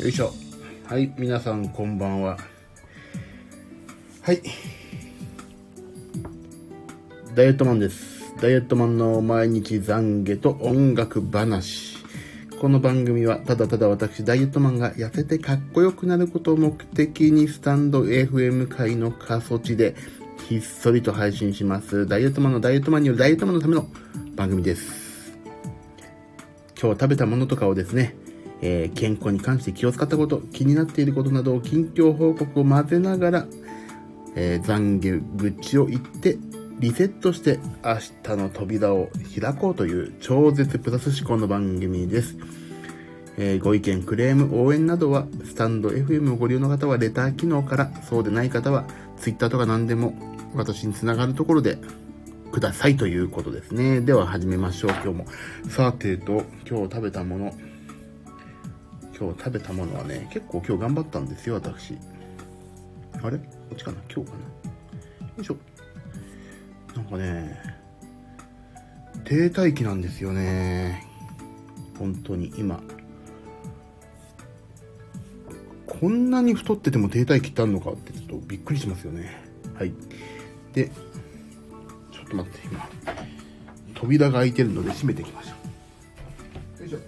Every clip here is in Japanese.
よいしょ。はい、皆さんこんばんは。はい。ダイエットマンです。ダイエットマンの毎日懺悔と音楽話。この番組はただただ私ダイエットマンが痩せてかっこよくなることを目的にスタンド FM 界の過疎地でひっそりと配信します。ダイエットマンのダイエットマンによるダイエットマンのための番組です。今日食べたものとかをですね、健康に関して気を使ったこと、気になっていることなどを近況報告を混ぜながら、懺悔愚痴を言ってリセットして明日の扉を開こうという超絶プラス思考の番組です。ご意見、クレーム、応援などはスタンド FM をご利用の方はレター機能から、そうでない方は Twitter とか何でも私につながるところでくださいということですね。では始めましょう。今日もさてと今日食べたものはね、結構今日頑張ったんですよ、私。あれこっちかな、今日かな。よいしょ。なんかね、停滞期なんですよね。本当に今。こんなに太ってても停滞期ってあるのかってちょっとびっくりしますよね。はい。で、ちょっと待って、今、扉が開いてるので閉めていきましょう。よいしょ。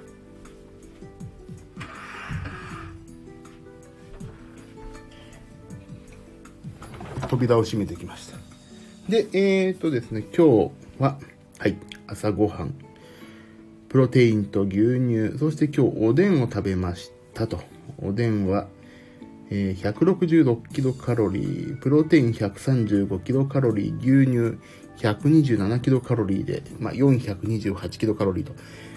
扉を閉めてきました。で、ですね、今日は、はい、朝ごはん、プロテインと牛乳、そして今日おでんを食べましたと。おでんは、166キロカロリー、プロテイン135キロカロリー、牛乳127キロカロリーで、428キロカロリーと。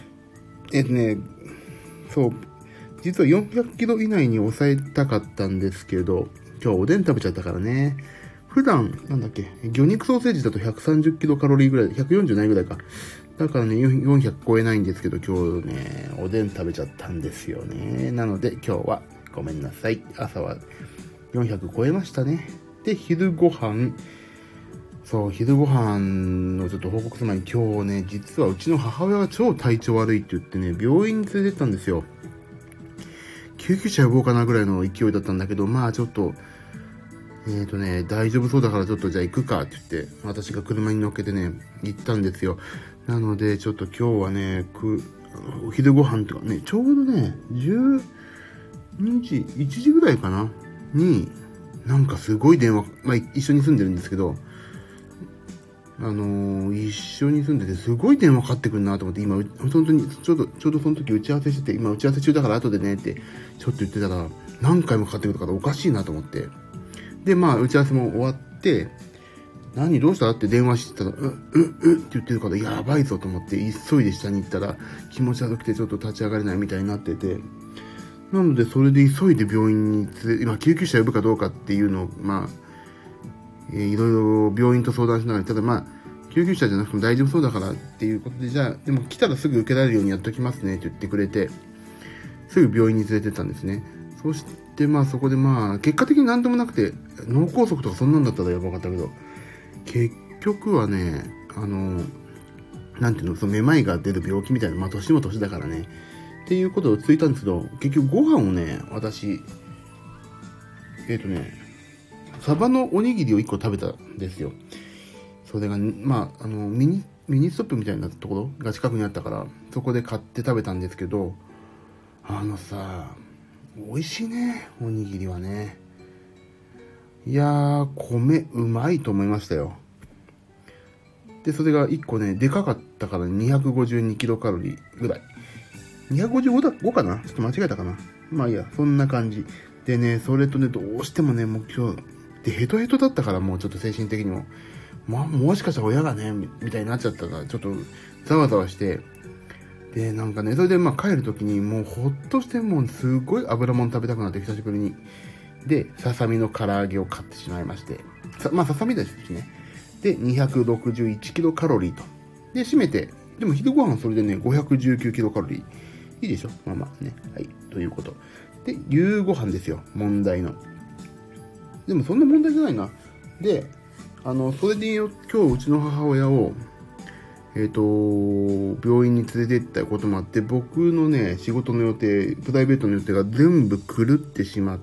そう、実は400キロ以内に抑えたかったんですけど、今日おでん食べちゃったからね。普段、魚肉ソーセージだと130キロカロリーぐらい、140ないぐらいか。だからね、400超えないんですけど、今日ね、おでん食べちゃったんですよね。なので、今日はごめんなさい。朝は400超えましたね。で、昼ご飯のちょっと報告する前に今日ね、実はうちの母親が超体調悪いって言ってね、病院に連れてったんですよ。救急車呼ぼうかなぐらいの勢いだったんだけど、ちょっと、大丈夫そうだからちょっとじゃあ行くかって言って、私が車に乗っけてね、行ったんですよ。なので、ちょっと今日はね、お昼ご飯とかね、ちょうどね、12時、1時ぐらいかなに、なんかすごい電話、一緒に住んでるんですけど、一緒に住んでてすごい電話かかってくるなと思って、今、本当にちょうどその時打ち合わせしてて、今打ち合わせ中だから後でねってちょっと言ってたら、何回もかかってくるからおかしいなと思って。で、打ち合わせも終わって、どうしたって電話してたら、って言ってるから、やばいぞと思って、急いで下に行ったら、気持ち悪くてちょっと立ち上がれないみたいになってて、なので、それで急いで病院に今、救急車呼ぶかどうかっていうのを、いろいろ病院と相談しながら、ただ救急車じゃなくても大丈夫そうだからっていうことで、じゃあ、でも来たらすぐ受けられるようにやっときますねって言ってくれて、すぐ病院に連れてったんですね。そして、そこで結果的になんでもなくて、脳梗塞とかそんなんだったらやばかったけど、結局はね、めまいが出る病気みたいな、年も年だからね、っていうことをついたんですけど、結局ご飯をね、私、サバのおにぎりを1個食べたんですよ。それが、ミニストップみたいなところが近くにあったから、そこで買って食べたんですけど、美味しいね、おにぎりはね。いやー、米うまいと思いましたよ。で、それが1個ね、でかかったから252キロカロリーぐらい。255かなちょっと間違えたかな。いいや、そんな感じ。でね、それとね、どうしてもね、もう今日、で、ヘトヘトだったから、もうちょっと精神的にも。もしかしたら親がね、みたいになっちゃったから、ちょっと、ざわざわして。で、それで帰るときに、もうほっとして、もうすごい油物食べたくなって、久しぶりに。で、ささみの唐揚げを買ってしまいまして。ささみですしね。で、261キロカロリーと。で、締めて、でも昼ご飯それでね、519キロカロリー。いいでしょね。はい。ということ。で、夕ご飯ですよ。問題の。でもそんな問題じゃないな。で、それで今日うちの母親を、 病院に連れて行ったこともあって、僕のね、仕事の予定、プライベートの予定が全部狂ってしまって、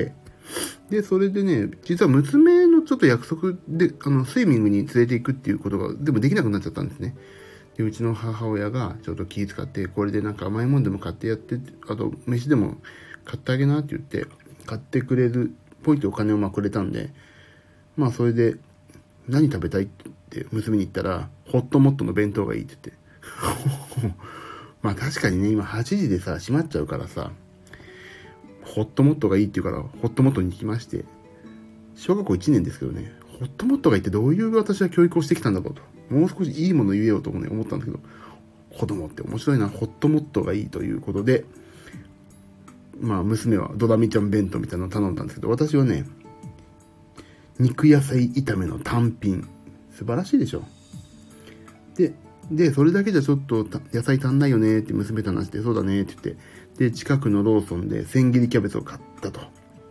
で、それでね、実は娘のちょっと約束で、スイミングに連れて行くっていうことが、でもできなくなっちゃったんですね。で、うちの母親がちょっと気遣って、これでなんか甘いもんでも買ってやって、あと、飯でも買ってあげなって言って、買ってくれる、ポイってお金をくれたんで、まあ、それで、何食べたいって娘に言ったら、ホットモットの弁当がいいって言って。まあ確かにね、今8時でさ、閉まっちゃうからさ、ホットモットがいいって言うから、ホットモットに行きまして、小学校1年ですけどね、ホットモットがいいってどういう私は教育をしてきたんだろうと。もう少しいいもの言えようともね、思ったんですけど、子供って面白いな、ホットモットがいいということで、まあ娘はドラミちゃん弁当みたいなのを頼んだんですけど、私はね、肉野菜炒めの単品。素晴らしいでしょ。で、それだけじゃちょっと野菜足んないよねって娘と話して、そうだねって言って、で、近くのローソンで千切りキャベツを買ったと。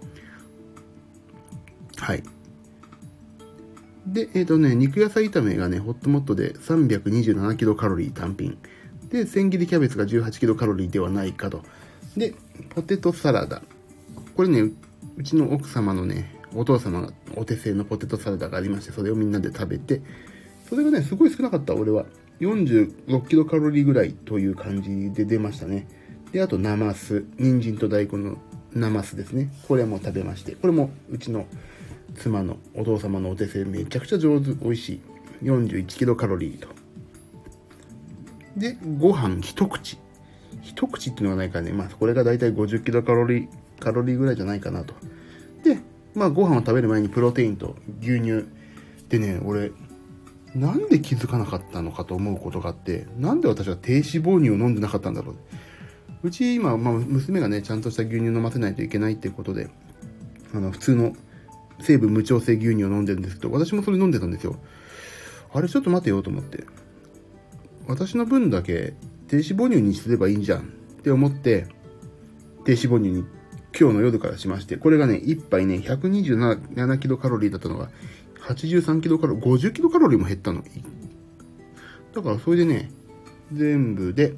はい。で、肉野菜炒めがね、ホットモットで327キロカロリー単品。で、千切りキャベツが18キロカロリーではないかと。で、ポテトサラダ。これね、うちの奥様のね、お父様がお手製のポテトサラダがありまして、それをみんなで食べて、それがね、すごい少なかった、俺は。46キロカロリーぐらいという感じで出ましたね。で、あと、ナマス。人参と大根のナマスですね。これも食べまして。これも、うちの妻のお父様のお手製めちゃくちゃ上手、美味しい。41キロカロリーと。で、ご飯一口。一口っていうのがないからね、まあ、これがだいたい50キロカロリーぐらいじゃないかなと。で、まあ、ご飯を食べる前にプロテインと牛乳。でね、俺、なんで気づかなかったのかと思うことがあって、なんで私は低脂肪乳を飲んでなかったんだろう。うち今、娘がね、ちゃんとした牛乳飲ませないといけないっていうことで、普通の成分無調整牛乳を飲んでるんですけど、私もそれ飲んでたんですよ。あれちょっと待てよと思って。私の分だけ低脂肪乳にすればいいんじゃんって思って、低脂肪乳に今日の夜からしまして、これがね、1杯ね、127キロカロリーだったのが、83キロカロリー、50キロカロリーも減ったの。だからそれでね、全部で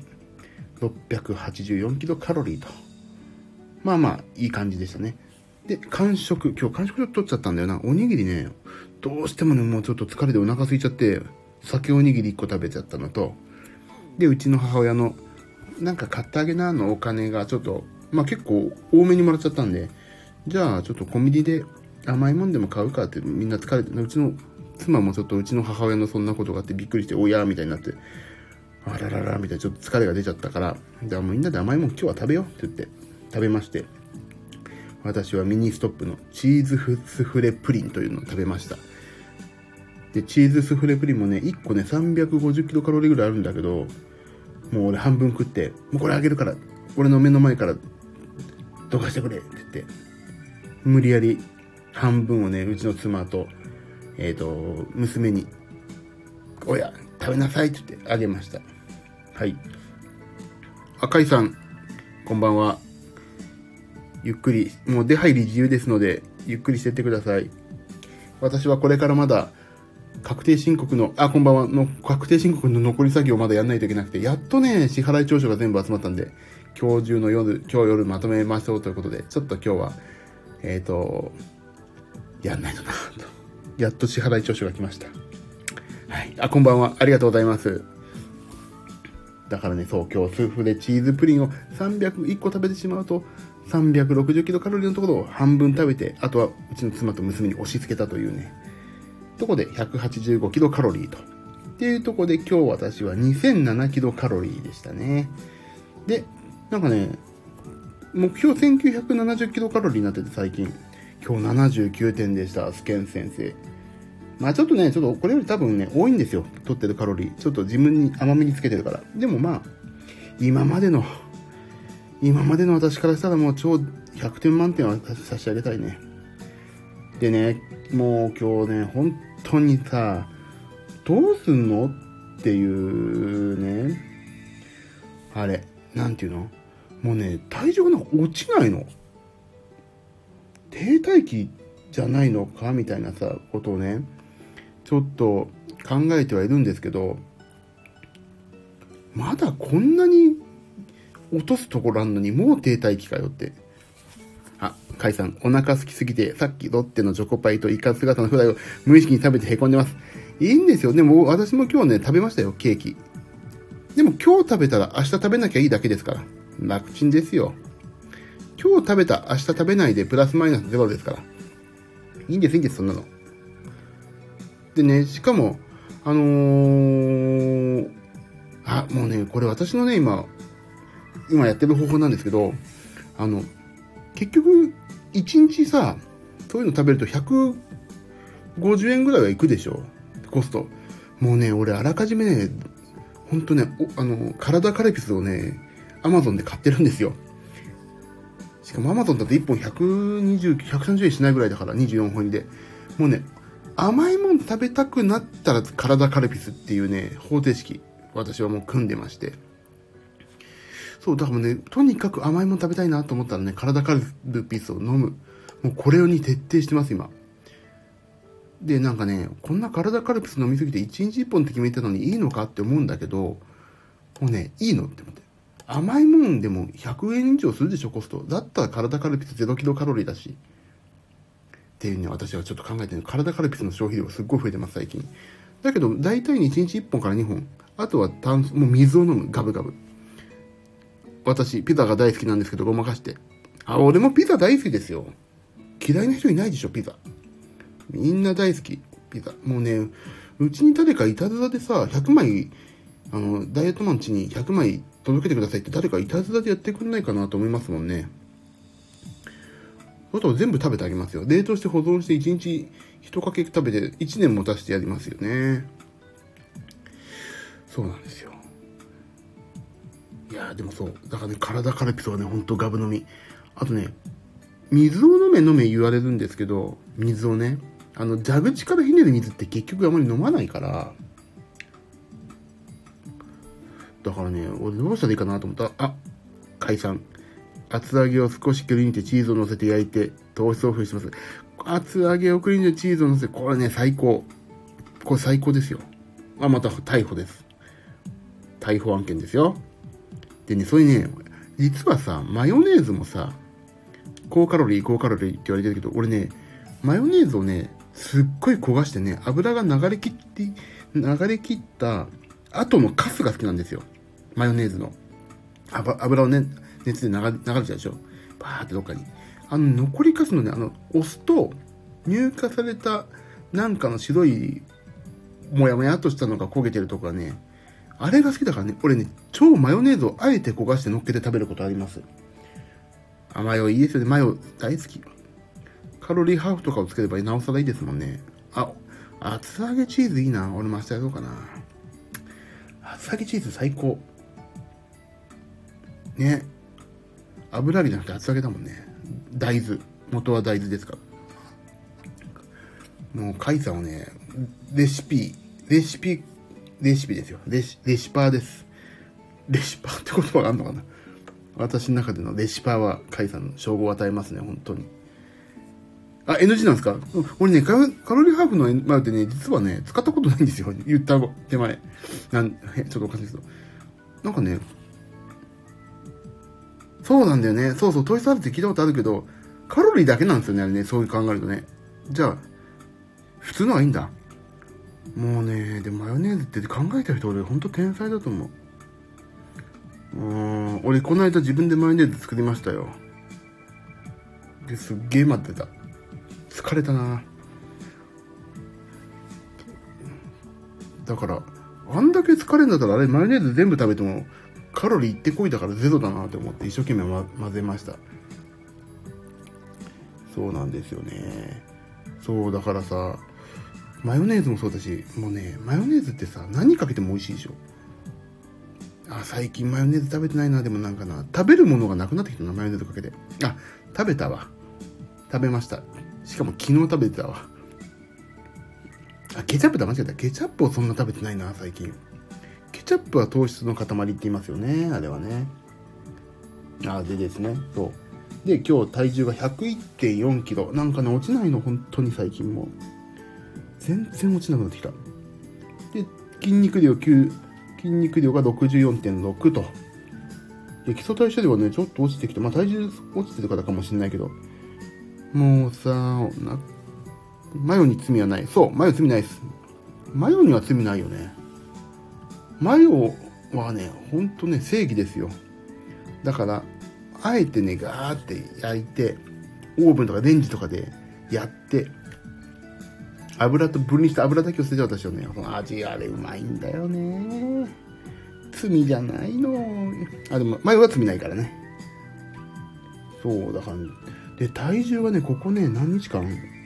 684キロカロリーと。まあまあ、いい感じでしたね。で、今日完食ちょっと取っちゃったんだよな。おにぎりね、どうしてもね、もうちょっと疲れてお腹空いちゃって、酒おにぎり1個食べちゃったのと、で、うちの母親の、なんか買ってあげなのお金がちょっと、まあ結構多めにもらっちゃったんで、じゃあちょっとコンビニで甘いもんでも買うかってみんな疲れて、うちの妻もちょっとうちの母親のそんなことがあってびっくりして、おやーみたいになって、あらららみたいなちょっと疲れが出ちゃったから、じゃあもうみんなで甘いもん今日は食べようって言って食べまして、私はミニストップのチーズスフレプリンというのを食べました。で、チーズスフレプリンもね、1個ね、350キロカロリーぐらいあるんだけど、もう俺半分食って、もうこれあげるから、俺の目の前からどかしてくれって言って、無理やり半分をね、うちの妻と、娘に、おや、食べなさいって言ってあげました。はい。赤井さん、こんばんは。ゆっくり、もう出入り自由ですので、ゆっくりしてってください。私はこれからまだ、確定申告の、こんばんは、の確定申告の残り作業まだやんないといけなくて、やっとね、支払い調書が全部集まったんで、今日夜まとめましょうということで、ちょっと今日は、やんないとなと。やっと支払い調書が来ました。はい。こんばんは。ありがとうございます。だからね、そう、今日スフレチーズプリンを1個食べてしまうと、360キロカロリーのところを半分食べて、あとはうちの妻と娘に押し付けたというね、とこで185キロカロリーと。っていうとこで今日私は2007キロカロリーでしたね。で、なんかね、目標1970キロカロリーになってて最近。今日79点でした、スケン先生。まあちょっとこれより多分ね、多いんですよ。取ってるカロリー。ちょっと自分に甘めにつけてるから。でもまあ、今までの私からしたらもう超100点満点は差し上げたいね。でね、もう今日ね、本当にさ、どうすんのっていうね、あれ、なんていうの？もうね、体重がなんか落ちないの。停滞期じゃないのかみたいなさ、ことをね、ちょっと考えてはいるんですけど、 まだこんなに落とすところあんのにもう停滞期かよって。あ、カイさん、お腹空きすぎて、さっきロッテのチョコパイとイカ姿のフライを無意識に食べて凹んでます。いいんですよ。でも私も今日ね、食べましたよ、ケーキ。でも今日食べたら明日食べなきゃいいだけですから。楽ちんですよ。今日食べた明日食べないでプラスマイナスゼロですから。いいんです、そんなの。でね、しかも、もうね、これ私のね、今やってる方法なんですけど、結局、1日さ、そういうの食べると150円ぐらいはいくでしょ、コスト。もうね、俺あらかじめね、ほんとね、体カルピスをね、アマゾンで買ってるんですよ。しかもアマゾンだと1本120、130円しないぐらいだから、24本入りで。もうね、甘いもん食べたくなったら体カルピスっていうね、方程式、私はもう組んでまして。そう、だからね、とにかく甘いもん食べたいなと思ったらね、体カルピスを飲む。もうこれに徹底してます、今。で、なんかね、こんな体カルピス飲みすぎて1日1本って決めてたのにいいのかって思うんだけど、もうね、いいのって思って。甘いもんでも100円以上するでしょ、コスト。だったら体カルピス0キロカロリーだし。っていうね、私はちょっと考えてる。体カルピスの消費量がすっごい増えてます、最近。だけど、大体に1日1本から2本。あとはもう水を飲む、ガブガブ。私、ピザが大好きなんですけど、ごまかして。俺もピザ大好きですよ。嫌いな人いないでしょ、ピザ。みんな大好き、ピザ。もうね、うちに誰かいたずらでさ、100枚、ダイエットマン家に100枚届けてくださいって誰かいたずらでやってくんないかなと思いますもんね。あと全部食べてあげますよ。冷凍して保存して1日1かけ食べて1年持たせてやりますよね。そうなんですよ。いやでもそう。だからね、体カルピスはね、ほんとガブ飲み。あとね、水を飲め言われるんですけど、水をね、蛇口からひねる水って結局あまり飲まないから、だからね、俺どうしたらいいかなと思ったら、解散。厚揚げを少しくり抜いてチーズを乗せて焼いて糖質オフします。厚揚げをくり抜いてチーズを乗せて、これね、最高。これ最高ですよ。また逮捕です。逮捕案件ですよ。でね、それね、実はさ、マヨネーズもさ、高カロリーって言われてるけど、俺ね、マヨネーズをね、すっごい焦がしてね、油が流れ切った後のカスが好きなんですよ。マヨネーズの。油をね、熱で流れちゃうでしょ。バーってどっかに。残りカスのね、押すと、乳化された、なんかの白い、もやもやっとしたのが焦げてるとこはね、あれが好きだからね、俺ね、超マヨネーズをあえて焦がして乗っけて食べることあります。マヨいいですよね。マヨ大好き。カロリーハーフとかをつければなおさらいいですもんね。厚揚げチーズいいな。俺も明日やろうかな。厚揚げチーズ最高。ね。油揚げじゃなくて厚揚げだもんね。大豆。元は大豆ですから。もう、カイさんはね、レシピですよ。レシパーです。レシパーって言葉があるのかな。私の中でのレシパーはカイさんの称号を与えますね、本当に。NG なんですか？俺ね、カロリーハーフのマヨってね、実はね、使ったことないんですよ。言った手前。ちょっとおかしいですけど。なんかね、そうなんだよね。そう、トイスあるって聞いたことあるけど、カロリーだけなんですよね、あれね。そういう考えるとね。じゃあ、普通のはいいんだ。もうね、で、マヨネーズって考えた人俺ほんと天才だと思う。俺この間自分でマヨネーズ作りましたよ。すっげえ待ってた。疲れたな。だから、あんだけ疲れんだったらあれマヨネーズ全部食べてもカロリーいってこいだからゼロだなって思って一生懸命混ぜました。そうなんですよね。そう、だからさ、マヨネーズもそうだし、もうね、マヨネーズってさ、何かけても美味しいでしょ。最近マヨネーズ食べてないな。でもなんかな、食べるものがなくなってきたな、マヨネーズかけて。食べたわ。食べました。しかも昨日食べてたわ。ケチャップだ、間違えた。ケチャップをそんな食べてないな、最近。ケチャップは糖質の塊って言いますよね、あれはね。でですね、そう。で、今日体重が 101.4 キロ。なんかね、落ちないの、本当に最近もう。全然落ちなくなってきた。で、筋肉量筋肉量が 64.6 と。で、基礎代謝量はね、ちょっと落ちてきて、体重落ちてるからかもしれないけど、もうさ、マヨに罪はない。そう、マヨ罪ないです。マヨには罪ないよね。マヨはね、ほんとね、正義ですよ。だから、あえてね、ガーって焼いて、オーブンとかレンジとかでやって、分離した油だけを捨てて私はね、この味あれうまいんだよね。罪じゃないの。でも、マヨは罪ないからね。そう、だから、で、体重がね、ここね、何日間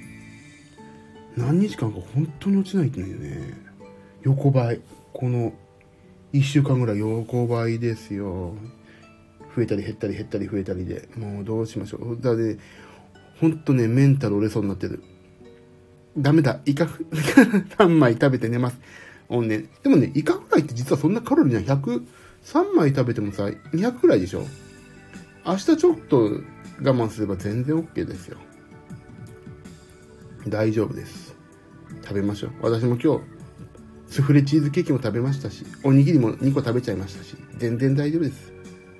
か本当に落ちないんだよね。横ばい。この、1週間ぐらい横ばいですよ。増えたり減ったり増えたりで。もうどうしましょう。だって、ほんとね、メンタル折れそうになってる。ダメだ。イカ3枚食べて寝ます。でもね、イカフライって実はそんなカロリーない。3枚食べてもさ、200くらいでしょ。明日ちょっと我慢すれば全然 OK ですよ。大丈夫です。食べましょう。私も今日、スフレチーズケーキも食べましたし、おにぎりも2個食べちゃいましたし、全然大丈夫です。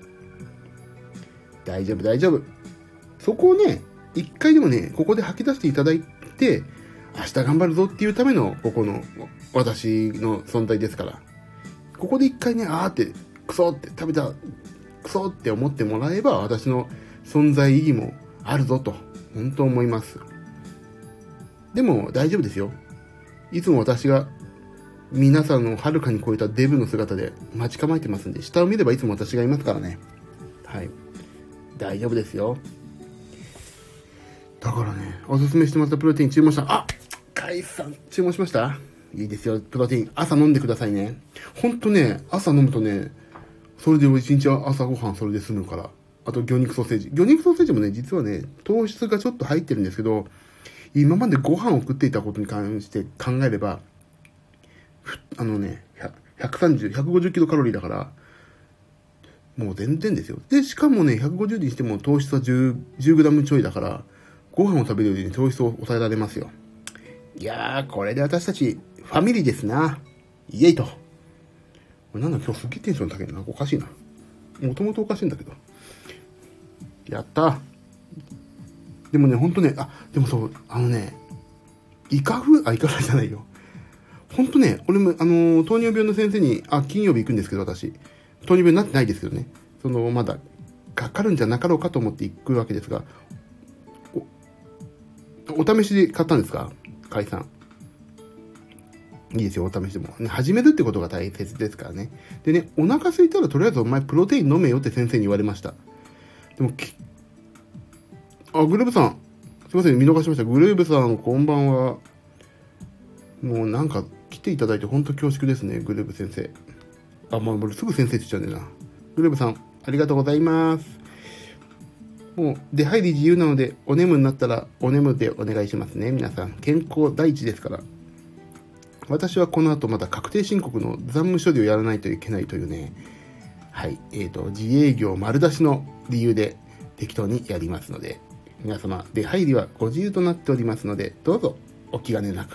大丈夫。そこをね、一回でもね、ここで吐き出していただいて、明日頑張るぞっていうための、ここの、私の存在ですから。ここで一回ね、クソって食べた、クソって思ってもらえば、私の存在意義もあるぞと、本当思います。でも、大丈夫ですよ。いつも私が、皆さんの遥かに超えたデブの姿で待ち構えてますんで、下を見ればいつも私がいますからね。はい。大丈夫ですよ。だからね、おすすめしてもらったプロテイン注文した。カイさん、注文しました？いいですよ、プロテイン。朝飲んでくださいね。ほんとね、朝飲むとね、それで一日朝ごはんそれで済むから。あと、魚肉ソーセージ。魚肉ソーセージもね、実はね、糖質がちょっと入ってるんですけど、今までご飯を食っていたことに関して考えれば、150キロカロリーだから、もう全然ですよ。で、しかもね、150にしても糖質は10グラムちょいだから、ご飯を食べるよりに糖質を抑えられますよ。いやー、これで私たち、ファミリーですな。イエイと。今日すっげえテンション高いな。おかしいな。もともとおかしいんだけど。やったー。でもね、ほんとね、でもそう、イカフライじゃないよ。ほんとね、俺も、糖尿病の先生に、金曜日行くんですけど、私。糖尿病になってないですけどね。まだ、かかるんじゃなかろうかと思って行くわけですが、お試しで買ったんですか？解散。いいですよ、お試しでも。ね、始めるってことが大切ですからね。でね、お腹空いたらとりあえずお前プロテイン飲めよって先生に言われました。でも、グルーブさん。すいません、見逃しました。グルーブさん、こんばんは。もう来ていただいて本当恐縮ですね、グルーブ先生。俺すぐ先生って言っちゃうんだよな。グルーブさん、ありがとうございます。もう、出入り自由なので、お眠になったら、お眠でお願いしますね、皆さん。健康第一ですから。私はこの後また確定申告の残務処理をやらないといけないというね、はい、自営業丸出しの理由で適当にやりますので、皆様、出入りはご自由となっておりますので、どうぞお気兼ねなく。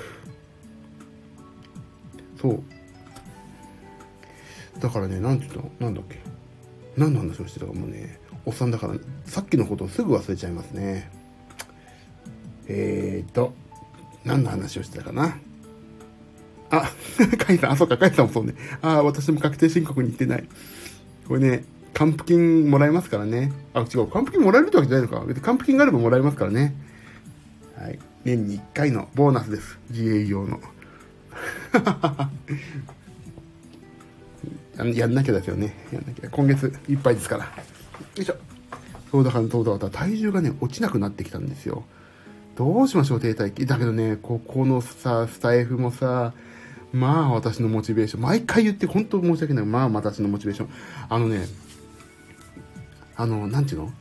そう。だからね、なんだっけ。何の話をしてたかもうね、おっさんだから、さっきのことをすぐ忘れちゃいますね。何の話をしてたかな。カイさん、そうか、カイさんもそうね。私も確定申告に行ってない。これね、還付金もらえますからね。違う、還付金もらえるってわけじゃないのか。別に還付金があればもらえますからね。はい。年に1回のボーナスです。自営業の。やんなきゃですよね。やんなきゃ。今月いっぱいですから。よいしょ。そうだから、体重がね、落ちなくなってきたんですよ。どうしましょう、停滞期。だけどね、ここのさ、スタイフもさ、私のモチベーション。毎回言って、本当申し訳ない。私のモチベーション。なんていうの？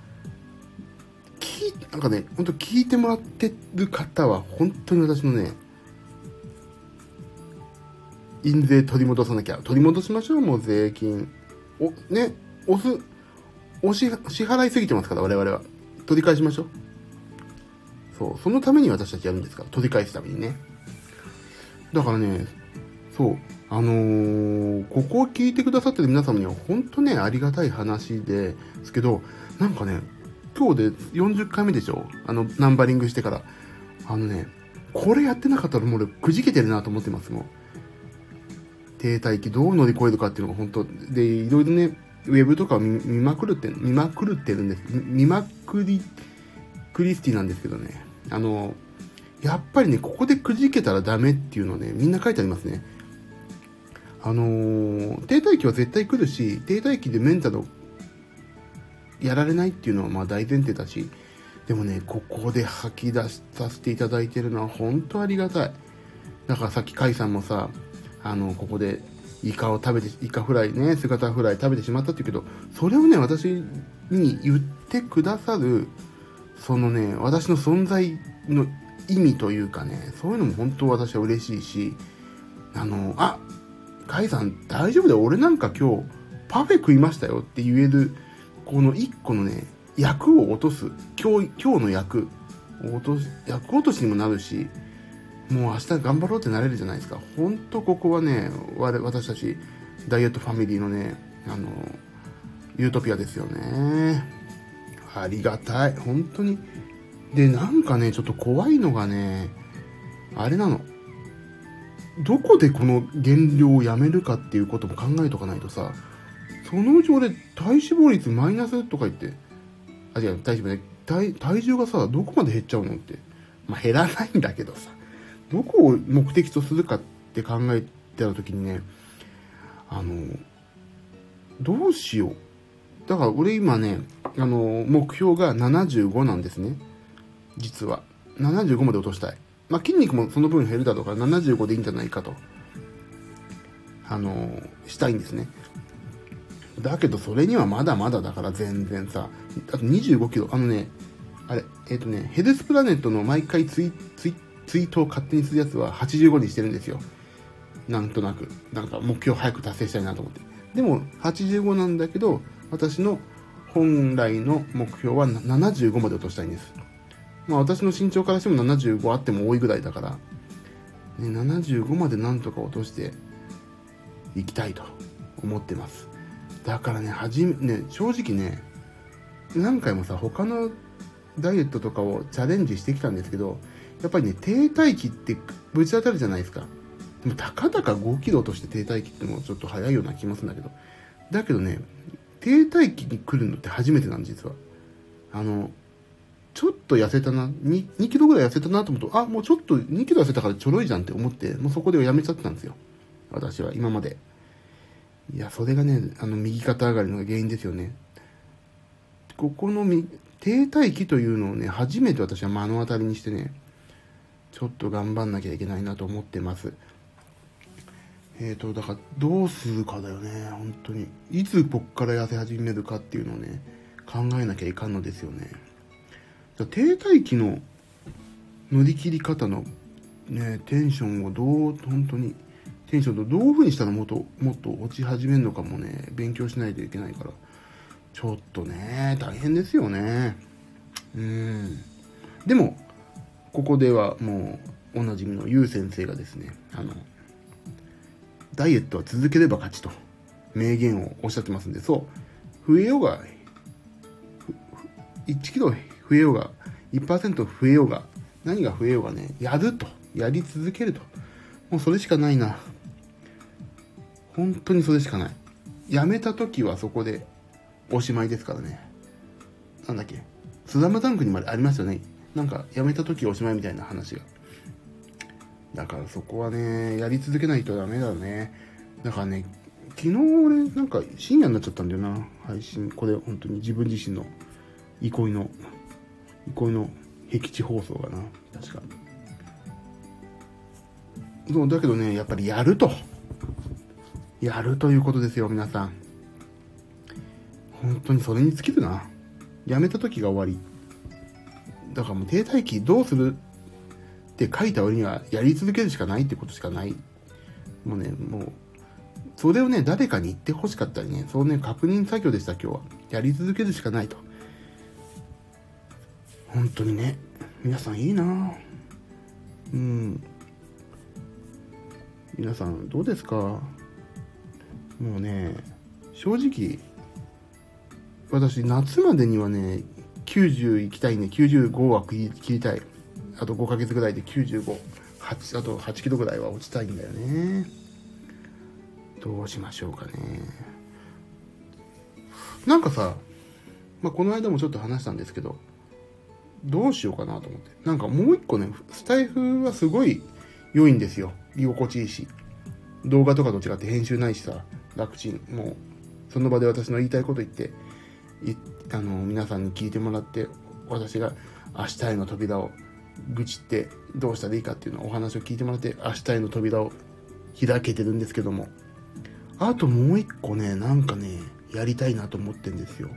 本当聞いてもらってる方は、本当に私のね、印税取り戻さなきゃ。取り戻しましょう、もう税金。支払いすぎてますから、我々は。取り返しましょう。そう、そのために私たちやるんですから。取り返すためにね。だからね、そう、 ここを聞いてくださってる皆様には本当ね、ありがたい話ですけど、なんかね、今日で40回目でしょ？ナンバリングしてから。これやってなかったらもう俺くじけてるなと思ってます、もう。停滞期どう乗り越えるかっていうのが本当で、いろいろね、ウェブとかを見まくってるんです。見まくり、クリスティなんですけどね。やっぱりね、ここでくじけたらダメっていうのね、みんな書いてありますね。停滞期は絶対来るし、停滞期でメンタルをやられないっていうのはまあ大前提だし、でもね、ここで吐き出させていただいてるのは本当ありがたい。だからさっきカイさんもさ、ここでイカフライね、姿フライ食べてしまったって言うけど、それをね、私に言ってくださる、そのね、私の存在の意味というかね、そういうのも本当私は嬉しいし、カイさん大丈夫だよ、俺なんか今日パフェ食いましたよって言える、この一個のね、役を落とす、今日の役落としにもなるし、もう明日頑張ろうってなれるじゃないですか。ほんとここはね、私たちダイエットファミリーのね、ユートピアですよね。ありがたい、本当に。で、なんかね、ちょっと怖いのがね、あれなの。どこでこの減量をやめるかっていうことも考えとかないとさ、そのうち俺、体脂肪率マイナスとか言って、体重がさ、どこまで減っちゃうのって。まあ、減らないんだけどさ、どこを目的とするかって考えてた時にね、どうしよう。だから俺今ね、目標が75なんですね。実は。75まで落としたい。まあ、筋肉もその分減るだろうから75でいいんじゃないかと。したいんですね。だけどそれにはまだまだだから全然さ。あと25キロ。ヘルスプラネットの毎回ツイートを勝手にするやつは85にしてるんですよ。なんとなく。なんか目標早く達成したいなと思って。でも85なんだけど、私の本来の目標は75まで落としたいんです。まあ私の身長からしても75あっても多いぐらいだから、ね、75までなんとか落としていきたいと思ってます。だからね、正直ね、何回もさ、他のダイエットとかをチャレンジしてきたんですけど、やっぱりね、停滞期ってぶち当たるじゃないですか。でもたかだか5キロとして停滞期ってもちょっと早いような気もするんだけど、だけどね、停滞期に来るのって初めてなんです、実は。ちょっと痩せたな、2キロぐらい痩せたなと思うと、もうちょっと2キロ痩せたからちょろいじゃんって思って、もうそこでやめちゃってたんですよ。私は今まで。いや、それがね、右肩上がりの原因ですよね。ここの停滞期というのをね、初めて私は目の当たりにしてね、ちょっと頑張んなきゃいけないなと思ってます。だからどうするかだよね、本当に。いつこっから痩せ始めるかっていうのをね、考えなきゃいかんのですよね。停滞期の乗り切り方のね、テンションをどういう風にしたらもっと落ち始めるのかもね、勉強しないといけないから、ちょっとね、大変ですよね。でも、ここではもう、おなじみのゆう先生がですね、ダイエットは続ければ勝ちと、名言をおっしゃってますんで、そう、増えようが、1キロ増えようが、1% 増えようが、何が増えようがね、やり続けると。もうそれしかないな。本当にそれしかない。やめた時はそこでおしまいですからね。なんだっけ、スラムダンクにまでありますよね。なんか、やめた時おしまいみたいな話が。だからそこはね、やり続けないとダメだね。だからね、昨日俺、なんか深夜になっちゃったんだよな。配信。これ本当に自分自身の憩いの僻地放送がな。確か。そう、だけどね、やっぱりやるということですよ、皆さん。本当にそれに尽きるな。やめた時が終わり。だからもう停滞期どうするって書いた割にはやり続けるしかないってことしかない。もうそれをね、誰かに言ってほしかったりね、そうね、確認作業でした、今日は。やり続けるしかないと。本当にね、皆さんいいな。 皆さんどうですか？もうね、正直私夏までにはね90行きたいね。95は切りたい。あと5ヶ月ぐらいで95、あと8キロぐらいは落ちたいんだよね。どうしましょうかね。なんかさ、この間もちょっと話したんですけど、どうしようかなと思って。なんかもう一個ね、スタイフはすごい良いんですよ。居心地いいし。動画とかと違って編集ないしさ、楽ちん。もう、その場で私の言いたいこと言って、皆さんに聞いてもらって、私が明日への扉を愚痴ってどうしたらいいかっていうのお話を聞いてもらって、明日への扉を開けてるんですけども、あともう一個ね、なんかね、やりたいなと思ってんですよ。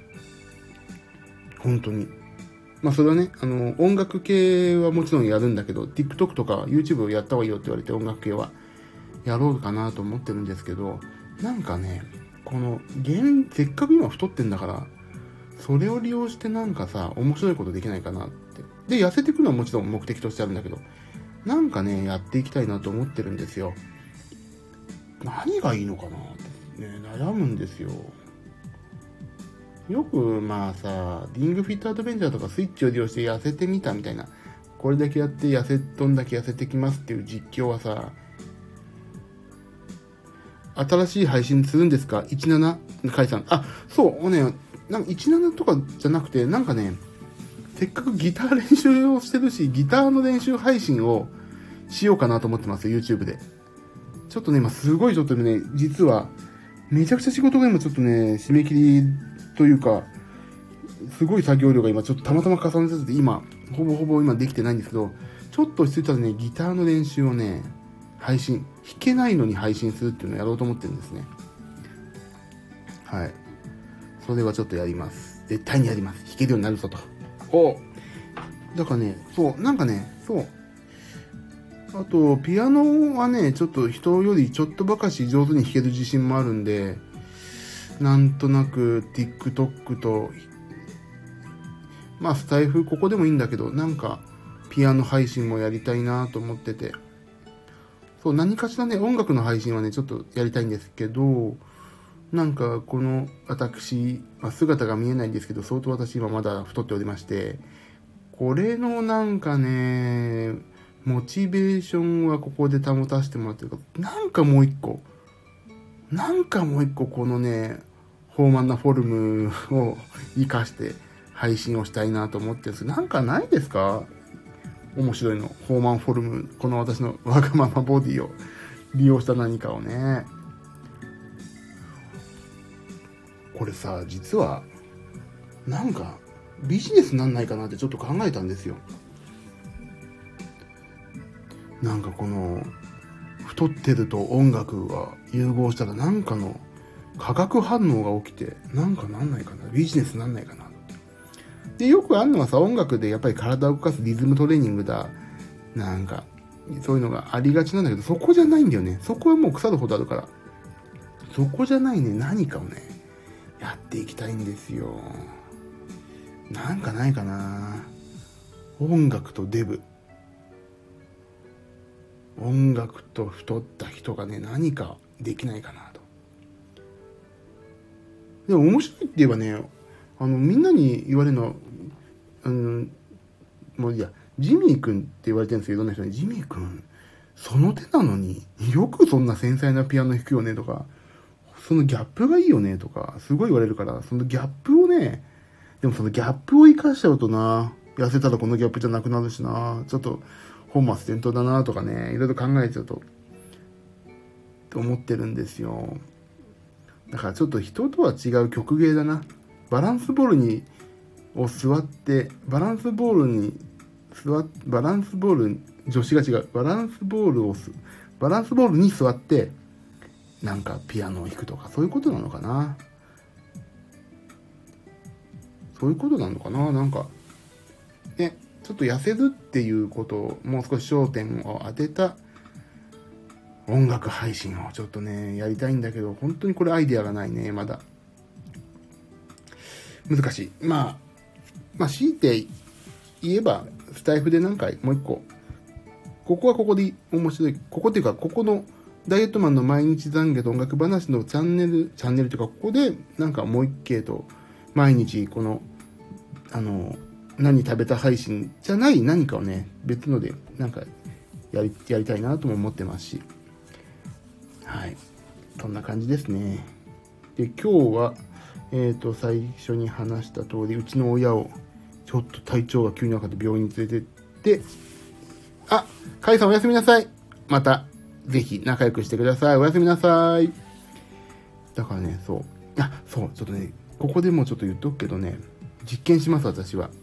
本当に。それはね、音楽系はもちろんやるんだけど、TikTok とか YouTube をやった方がいいよって言われて音楽系はやろうかなと思ってるんですけど、なんかね、せっかく今太ってんだから、それを利用してなんかさ、面白いことできないかなって。で、痩せていくのはもちろん目的としてあるんだけど、なんかね、やっていきたいなと思ってるんですよ。何がいいのかなってね、悩むんですよ。よくさ、リングフィットアドベンチャーとかスイッチを利用して痩せてみたみたいな、これだけやってどんだけ痩せてきますっていう実況はさ、新しい配信するんですか ?17? カイさん。そうね、なんか17とかじゃなくて、なんかね、せっかくギター練習をしてるし、ギターの練習配信をしようかなと思ってますよ、YouTube で。ちょっとね、今すごいちょっとね、実は、めちゃくちゃ仕事が今ちょっとね、締め切りというか、すごい作業量が今ちょっとたまたま重ねてて、今、ほぼ今できてないんですけど、ちょっと落ち着いたらね、ギターの練習をね、弾けないのに配信するっていうのをやろうと思ってるんですね。はい。それはちょっとやります。絶対にやります。弾けるようになるぞと。だからね、そう。あと、ピアノはね、ちょっと人よりちょっとばかし上手に弾ける自信もあるんで、なんとなく TikTok と、スタイフここでもいいんだけど、なんか、ピアノ配信もやりたいなと思ってて。そう、何かしらね、音楽の配信はね、ちょっとやりたいんですけど、なんか、この私、姿が見えないんですけど、相当私今まだ太っておりまして、これのなんかね、モチベーションはここで保たせてもらってるから、なんかもう一個、このね、豊満なフォルムを活かして配信をしたいなと思ってるんですけど、なんかないですか？面白いの。豊満フォルム、この私のわがままボディを利用した何かをね。これさ、実は、なんか、ビジネスなんないかなってちょっと考えたんですよ。なんかこの、太ってると音楽が融合したらなんかの化学反応が起きて、なんかなんないかな、ビジネスなんないかな。で、よくあるのはさ、音楽でやっぱり体を動かすリズムトレーニングだ、なんか、そういうのがありがちなんだけど、そこじゃないんだよね。そこはもう腐るほどあるから。そこじゃないね、何かをね、やっていきたいんですよ。なんかないかな。音楽とデブ。音楽と太った人がね、何かできないかなと。でも面白いって言えばね、みんなに言われるのは、もういや、ジミー君って言われてるんですよ、いろんな人に。ジミー君、その手なのによくそんな繊細なピアノ弾くよねとか、そのギャップがいいよねとか、すごい言われるから、そのギャップをね、でもそのギャップを生かしちゃうとな、痩せたらこのギャップじゃなくなるしな、ちょっと本末転倒だなとかね、いろいろ考えちゃうと、って思ってるんですよ。だからちょっと人とは違う曲芸だな。バランスボールに、座って、バランスボールに座って、バランスボール、助詞が違う。バランスボールに座って、なんかピアノを弾くとか、そういうことなのかな。そういうことなのかな。なんか、ね、ちょっと痩せるっていうことをもう少し焦点を当てた音楽配信をちょっとね、やりたいんだけど、本当にこれアイデアがないね、まだ。難しい。まあ、強いて言えば、スタイフで何回、もう一個、 ここはここで面白い。ここっていうか、ここのダイエットマンの毎日懺悔と音楽話のチャンネルというか、ここでなんかもう一系と、毎日この、何食べた配信じゃない何かをね、別のでなんかやりたいなとも思ってますし、はい。そんな感じですね。で、今日は、最初に話した通り、うちの親をちょっと体調が急に悪かった病院に連れてって、あ、カイさんおやすみなさい。また、ぜひ仲良くしてください。おやすみなさい。だからね、そう、ちょっとね、ここでもちょっと言っとくけどね、実験します、私は。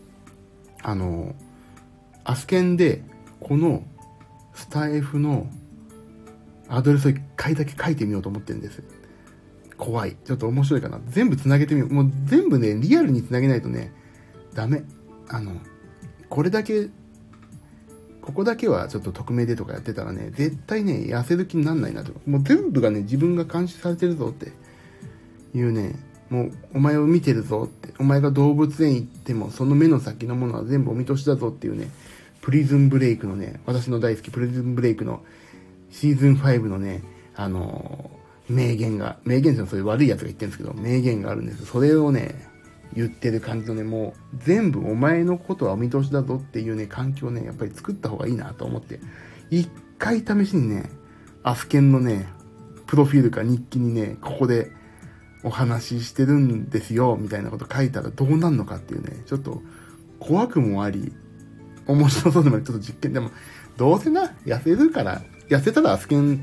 アスケンで、このスタイフのアドレスを1回だけ書いてみようと思ってるんです。怖い。ちょっと面白いかな。全部つなげてみよう。もう全部ね、リアルにつなげないとね、ダメ。これだけ、ここだけはちょっと匿名でとかやってたらね、絶対ね、痩せる気になんないなと。もう全部がね、自分が監視されてるぞっていうね、もうお前を見てるぞって、お前が動物園行ってもその目の先のものは全部お見通しだぞっていうね、プリズンブレイクのね、私の大好きプリズンブレイクのシーズン5のね、名言っていうのはそういう悪いやつが言ってるんですけど、名言があるんです。それをね、言ってる感じのね、もう全部お前のことはお見通しだぞっていうね、環境をね、やっぱり作った方がいいなと思って、一回試しにね、アスケンのね、プロフィールか日記にね、ここでお話ししてるんですよ、みたいなこと書いたらどうなるのかっていうね、ちょっと怖くもあり、面白そうでもちょっと実験でも、どうせな、痩せたらアスケン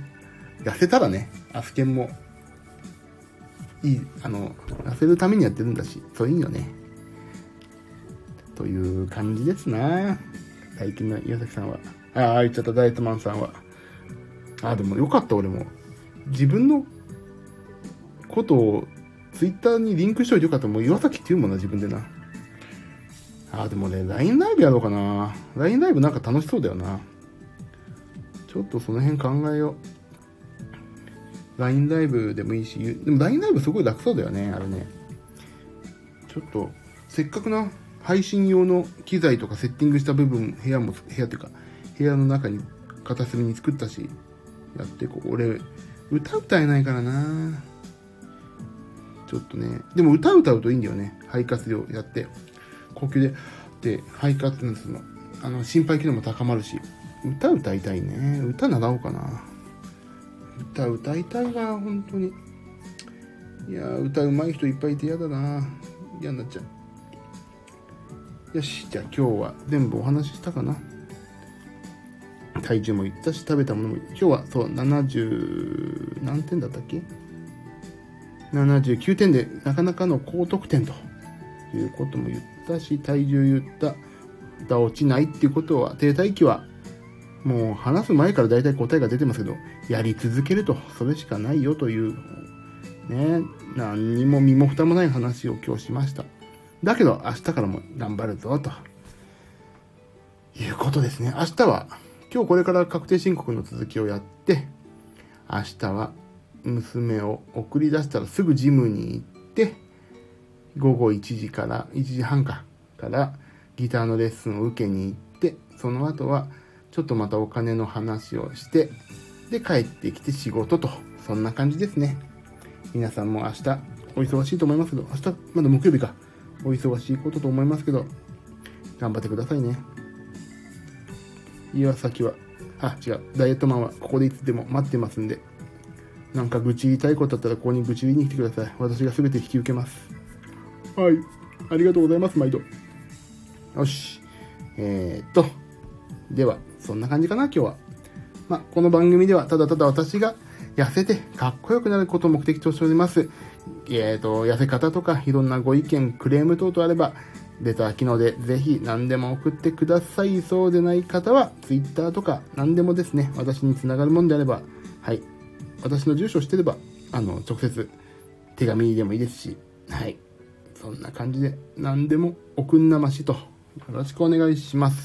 も、いい、痩せるためにやってるんだし、そういいよね。という感じですな。最近の岩崎さんは。言っちゃった、ダイエットマンさんは。でもよかった、俺も。自分のことをツイッターにリンクしといてよかった。もう岩崎って言うもんな、自分でな。でもね、LINE ライブやろうかな。LINE ライブなんか楽しそうだよな。ちょっとその辺考えよう。LINE ライブでもいいし、でも LINE ライブすごい楽そうだよね、あれね。ちょっと、せっかくな、配信用の機材とかセッティングした部分、部屋っていうか、部屋の中に、片隅に作ったし、やっていこう。俺、歌えないからな。ちょっとね、でも歌うといいんだよね。肺活量やって。呼吸で、肺活なんですの。心肺機能も高まるし。歌いたいね。歌習おうかな。歌いたいわ、本当に。いやー、歌うまい人いっぱいいて嫌だな。嫌になっちゃう。よし、じゃあ今日は全部お話ししたかな。体重もいったし、食べたものも、今日はそう、70、何点だったっけ ?79 点で、なかなかの高得点ということも言ったし、体重言った、落ちないっていうことは、停滞期は、もう話す前から大体答えが出てますけど、やり続けると、それしかないよという、ね、何にも身も蓋もない話を今日しました。だけど、明日からも頑張るぞ、ということですね。明日は、今日これから確定申告の続きをやって、明日は娘を送り出したらすぐジムに行って、午後1時半からギターのレッスンを受けに行って、その後はちょっとまたお金の話をして、で帰ってきて仕事と、そんな感じですね。皆さんも明日お忙しいと思いますけど、明日まだ木曜日か、お忙しいことと思いますけど、頑張ってくださいね。岩崎は、違う、ダイエットマンはここでいつでも待ってますんで、なんか愚痴言いたいことだったらここに愚痴言いに来てください。私が全て引き受けます。はい、ありがとうございます、毎度。よし。では、そんな感じかな、今日は。この番組ではただただ私が痩せてかっこよくなることを目的としております。痩せ方とかいろんなご意見、クレーム等々あれば、レター機能でぜひ何でも送ってください。そうでない方は、Twitter とか何でもですね、私につながるもんであれば、はい。私の住所を知ってれば、直接手紙でもいいですし、はい。そんな感じで何でもおくんなましと、よろしくお願いします。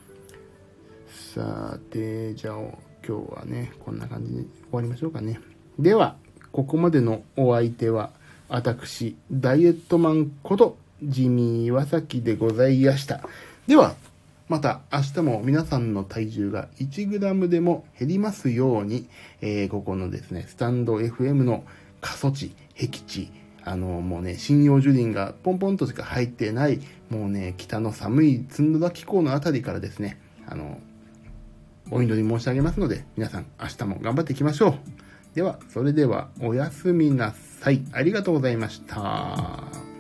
さて、じゃあ今日はね、こんな感じで終わりましょうかね。では、ここまでのお相手は、私、ダイエットマンこと、ジミー・ワサキでございました。では、 また明日も皆さんの体重が 1g でも減りますように、ここのですね、スタンド FM の過疎地、僻地、もうね、針葉樹林がポンポンとしか入ってない、もうね、北の寒いツンドラ気候のあたりからですね、お祈り申し上げますので、皆さん明日も頑張っていきましょう。では、それではおやすみなさい。ありがとうございました。